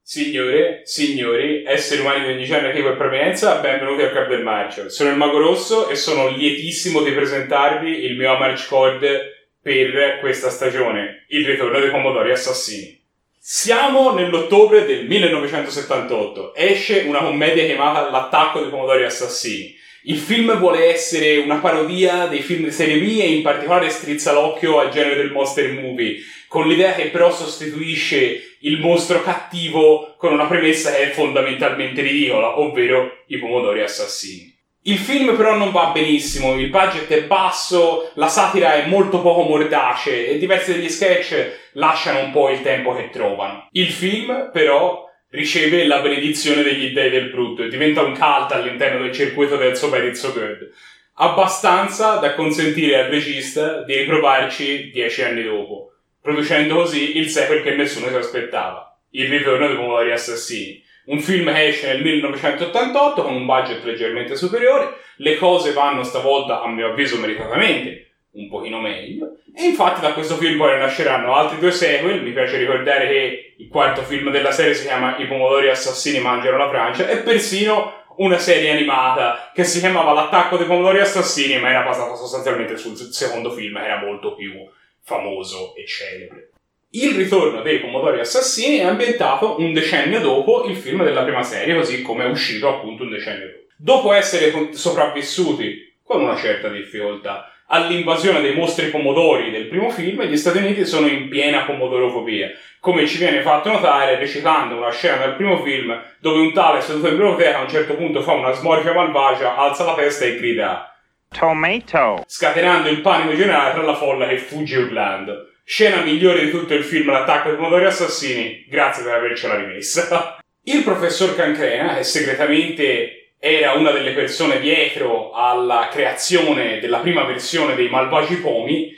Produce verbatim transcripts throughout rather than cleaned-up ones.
Signore, signori, esseri umani di ogni genere, tipo e provenienza, benvenuti al Club del Marcio. Sono il Mago Rosso e sono lietissimo di presentarvi il mio March Code per questa stagione, il ritorno dei pomodori assassini. Siamo nell'ottobre del millenovecentosettantotto, esce una commedia chiamata L'attacco dei pomodori assassini. Il film vuole essere una parodia dei film di serie B e in particolare strizza l'occhio al genere del monster movie, con l'idea che però sostituisce il mostro cattivo con una premessa che è fondamentalmente ridicola, ovvero i pomodori assassini. Il film però non va benissimo, il budget è basso, la satira è molto poco mordace e diversi degli sketch lasciano un po' il tempo che trovano. Il film però riceve la benedizione degli dei del brutto e diventa un cult all'interno del circuito del So Bad It's So Good, abbastanza da consentire al regista di riprovarci dieci anni dopo, producendo così il sequel che nessuno si aspettava, Il ritorno dei pomodori assassini. Un film che esce nel millenovecentottantotto con un budget leggermente superiore, le cose vanno stavolta, a mio avviso meritatamente, un pochino meglio, e infatti da questo film poi nasceranno altri due sequel. Mi piace ricordare che il quarto film della serie si chiama I pomodori assassini mangiano la Francia, e persino una serie animata che si chiamava L'attacco dei pomodori assassini, ma era basata sostanzialmente sul secondo film, che era molto più famoso e celebre. Il ritorno dei pomodori assassini è ambientato un decennio dopo il film della prima serie, così come è uscito appunto un decennio dopo. Dopo essere sopravvissuti con una certa difficoltà all'invasione dei mostri pomodori del primo film, gli Stati Uniti sono in piena pomodorofobia, come ci viene fatto notare recitando una scena del primo film dove un tale seduto in biblioteca a un certo punto fa una smorfia malvagia, alza la testa e grida "Tomato", scatenando il panico generale tra la folla che fugge urlando. Scena migliore di tutto il film L'attacco dei pomodori assassini, grazie per avercela rimessa. Il professor Cancrena, che segretamente era una delle persone dietro alla creazione della prima versione dei Malvagi Pomi,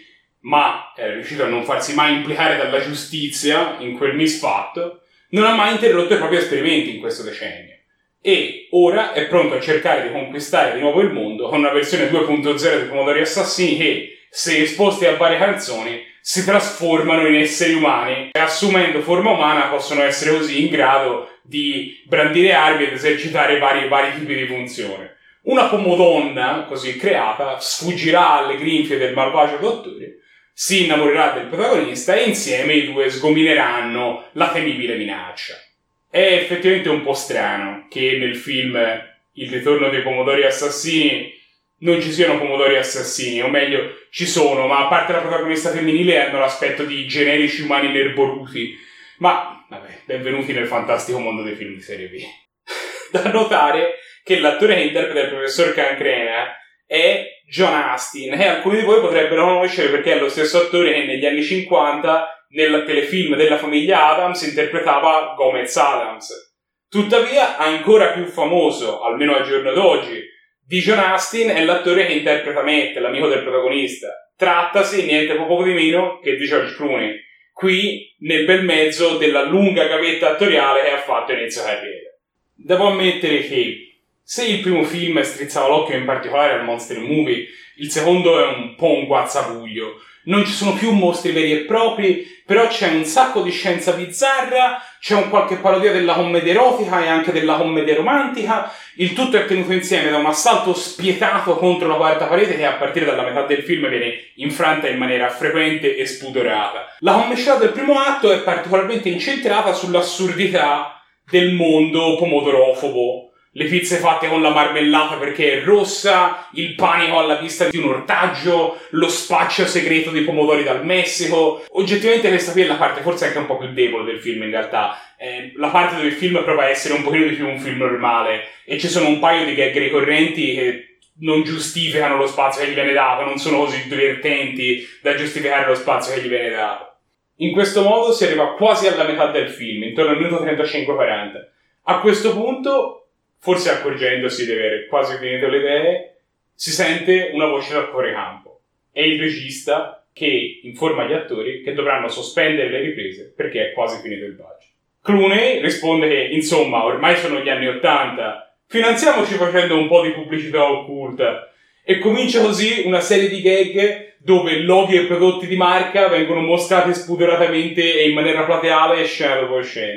ma è riuscito a non farsi mai implicare dalla giustizia in quel misfatto, non ha mai interrotto i propri esperimenti in questo decennio. E ora è pronto a cercare di conquistare di nuovo il mondo con una versione due punto zero dei pomodori assassini che, se esposti a varie canzoni, si trasformano in esseri umani e, assumendo forma umana, possono essere così in grado di brandire armi ed esercitare vari, vari tipi di funzione. Una pomodonna, così creata, sfuggirà alle grinfie del malvagio dottore, si innamorerà del protagonista e insieme i due sgomineranno la temibile minaccia. È effettivamente un po' strano che nel film Il ritorno dei pomodori assassini non ci siano pomodori assassini, o meglio, ci sono, ma a parte la protagonista femminile hanno l'aspetto di generici umani nerboruti. Ma, vabbè, benvenuti nel fantastico mondo dei film di serie B. Da notare che l'attore che interpreta il professor Cancrena è John Astin, e alcuni di voi potrebbero conoscere perché è lo stesso attore che negli anni cinquanta nel telefilm della famiglia Adams interpretava Gomez Adams. Tuttavia, ancora più famoso, almeno al giorno d'oggi, di John Astin è l'attore che interpreta Matt, l'amico del protagonista. Trattasi niente poco di meno che di George Clooney, qui nel bel mezzo della lunga gavetta attoriale che ha fatto inizio carriera. Devo ammettere che se il primo film strizzava l'occhio in particolare al monster movie, il secondo è un po' un guazzabuglio. Non ci sono più mostri veri e propri, però c'è un sacco di scienza bizzarra, c'è un qualche parodia della commedia erotica e anche della commedia romantica. Il tutto è tenuto insieme da un assalto spietato contro la quarta parete che a partire dalla metà del film viene infranta in maniera frequente e spudorata. La commiscita del primo atto è particolarmente incentrata sull'assurdità del mondo pomodorofobo. Le pizze fatte con la marmellata perché è rossa, il panico alla vista di un ortaggio, lo spaccio segreto di pomodori dal Messico. Oggettivamente questa qui è la parte forse anche un po' più debole del film in realtà. Eh, la parte dove il film prova a essere un pochino di più un film normale e ci sono un paio di gag ricorrenti che non giustificano lo spazio che gli viene dato, non sono così divertenti da giustificare lo spazio che gli viene dato. In questo modo si arriva quasi alla metà del film, intorno al minuto trentacinque quaranta. A questo punto, forse accorgendosi di avere quasi finito le idee, si sente una voce dal fuoricampo. È il regista che informa gli attori che dovranno sospendere le riprese perché è quasi finito il budget. Clooney risponde che, insomma, ormai sono gli anni Ottanta, finanziamoci facendo un po' di pubblicità occulta. E comincia così una serie di gag dove loghi e prodotti di marca vengono mostrati spudoratamente e in maniera plateale scena dopo scena.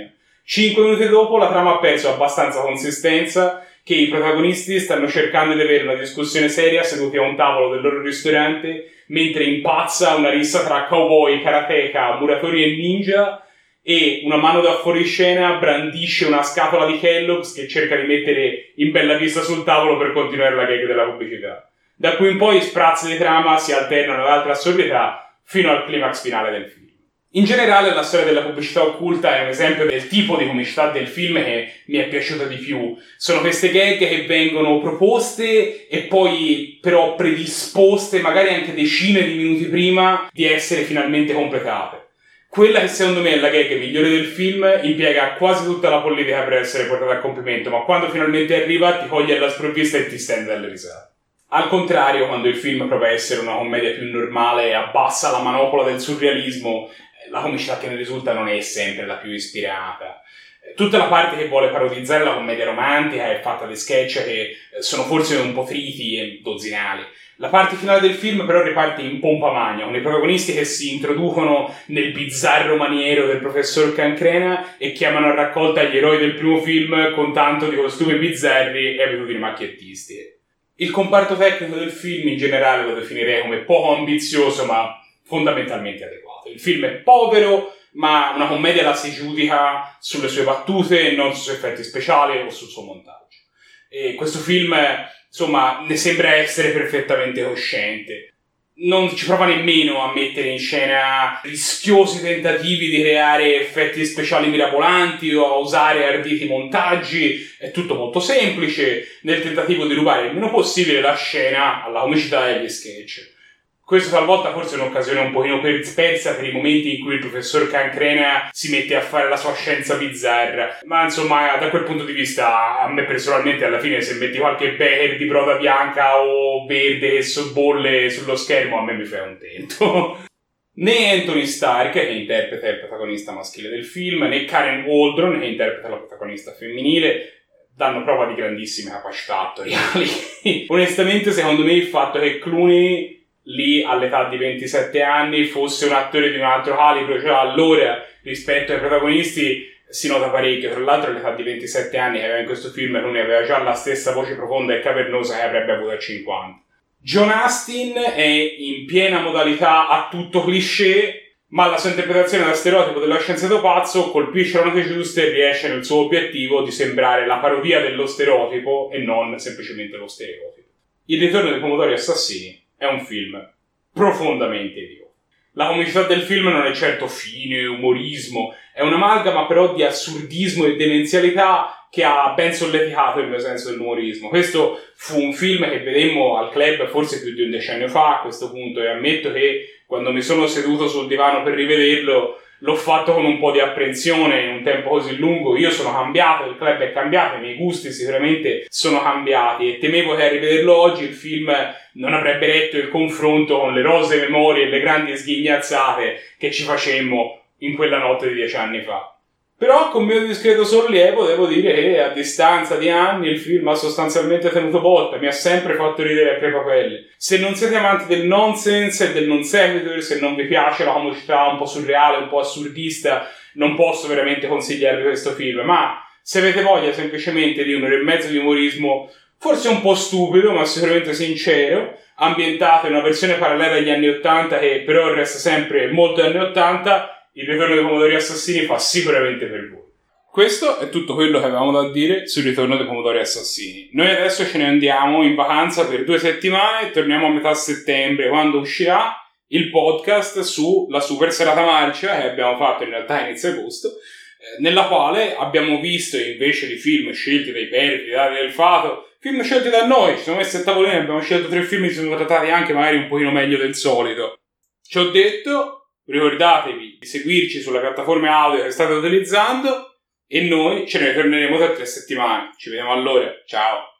Cinque minuti dopo la trama ha perso abbastanza consistenza che i protagonisti stanno cercando di avere una discussione seria seduti a un tavolo del loro ristorante mentre impazza una rissa tra cowboy, karateka, muratori e ninja e una mano da fuoriscena brandisce una scatola di Kellogg's che cerca di mettere in bella vista sul tavolo per continuare la gag della pubblicità. Da qui in poi sprazzi di trama si alternano ad altre assurdità fino al climax finale del film. In generale la storia della pubblicità occulta è un esempio del tipo di comicità del film che mi è piaciuta di più. Sono queste gag che vengono proposte e poi però predisposte magari anche decine di minuti prima di essere finalmente completate. Quella che secondo me è la gag migliore del film impiega quasi tutta la politica per essere portata a compimento, ma quando finalmente arriva ti coglie alla sprovvista e ti stende dalle risate. Al contrario, quando il film prova a essere una commedia più normale e abbassa la manopola del surrealismo, la comicità che ne risulta non è sempre la più ispirata. Tutta la parte che vuole parodizzare la commedia romantica è fatta di sketch che sono forse un po' triti e dozzinali. La parte finale del film però riparte in pompa magna, con i protagonisti che si introducono nel bizzarro maniero del professor Cancrena e chiamano a raccolta gli eroi del primo film con tanto di costumi bizzarri e abitudini macchiettistiche. Il comparto tecnico del film in generale lo definirei come poco ambizioso ma fondamentalmente adeguato. Il film è povero, ma una commedia la si giudica sulle sue battute e non sui suoi effetti speciali o sul suo montaggio. E questo film, insomma, ne sembra essere perfettamente cosciente. Non ci prova nemmeno a mettere in scena rischiosi tentativi di creare effetti speciali mirabolanti o a usare arditi montaggi. È tutto molto semplice, nel tentativo di rubare il meno possibile la scena alla comicità e agli sketch. Questo talvolta forse è un'occasione un pochino persa per i momenti in cui il professor Cancrena si mette a fare la sua scienza bizzarra. Ma insomma, da quel punto di vista, a me personalmente alla fine se metti qualche becker di broda bianca o verde che sobbolle sullo schermo, a me mi fa un tento. Né Anthony Stark, che interpreta il protagonista maschile del film, né Karen Waldron, che interpreta la protagonista femminile, danno prova di grandissime capacità attoriali. Onestamente, secondo me, il fatto che Clooney lì all'età di ventisette anni fosse un attore di un altro calibro, cioè allora rispetto ai protagonisti si nota parecchio. Tra l'altro all'età di ventisette anni che aveva in questo film lui aveva già la stessa voce profonda e cavernosa che avrebbe avuto a cinquanta. John Astin è in piena modalità a tutto cliché, ma la sua interpretazione da stereotipo dello scienziato pazzo colpisce le note giuste e riesce nel suo obiettivo di sembrare la parodia dello stereotipo e non semplicemente lo stereotipo. Il ritorno dei pomodori assassini è un film profondamente idiota. La comicità del film non è certo fine, umorismo, è un'amalgama però di assurdismo e demenzialità che ha ben solleticato il mio senso dell'umorismo. Questo fu un film che vedemmo al club forse più di un decennio fa a questo punto e ammetto che quando mi sono seduto sul divano per rivederlo l'ho fatto con un po' di apprensione in un tempo così lungo. Io sono cambiato, il club è cambiato, i miei gusti sicuramente sono cambiati e temevo che a rivederlo oggi il film non avrebbe retto il confronto con le rosee memorie e le grandi sghignazzate che ci facemmo in quella notte di dieci anni fa. Però con mio discreto sollievo devo dire che a distanza di anni il film ha sostanzialmente tenuto botta, mi ha sempre fatto ridere a crepapelle. Se non siete amanti del nonsense e del non sequitur, se non vi piace la comicità un po' surreale, un po' assurdista, non posso veramente consigliarvi questo film, ma se avete voglia semplicemente di un'ora e mezzo di umorismo forse un po' stupido ma sicuramente sincero, ambientato in una versione parallela agli anni ottanta che però resta sempre molto anni ottanta, il ritorno dei pomodori assassini fa sicuramente per voi. Questo è tutto quello che avevamo da dire sul ritorno dei pomodori assassini. Noi adesso ce ne andiamo in vacanza per due settimane e torniamo a metà settembre quando uscirà il podcast sulla super serata marcia che abbiamo fatto in realtà a inizio agosto, eh, nella quale abbiamo visto invece di film scelti dai periti, dati del fato, film scelti da noi, ci siamo messi a tavolino, abbiamo scelto tre film che si sono trattati anche magari un pochino meglio del solito. Ci ho detto, ricordatevi di seguirci sulla piattaforma audio che state utilizzando e noi ce ne ritorneremo tra tre settimane. Ci vediamo allora, ciao!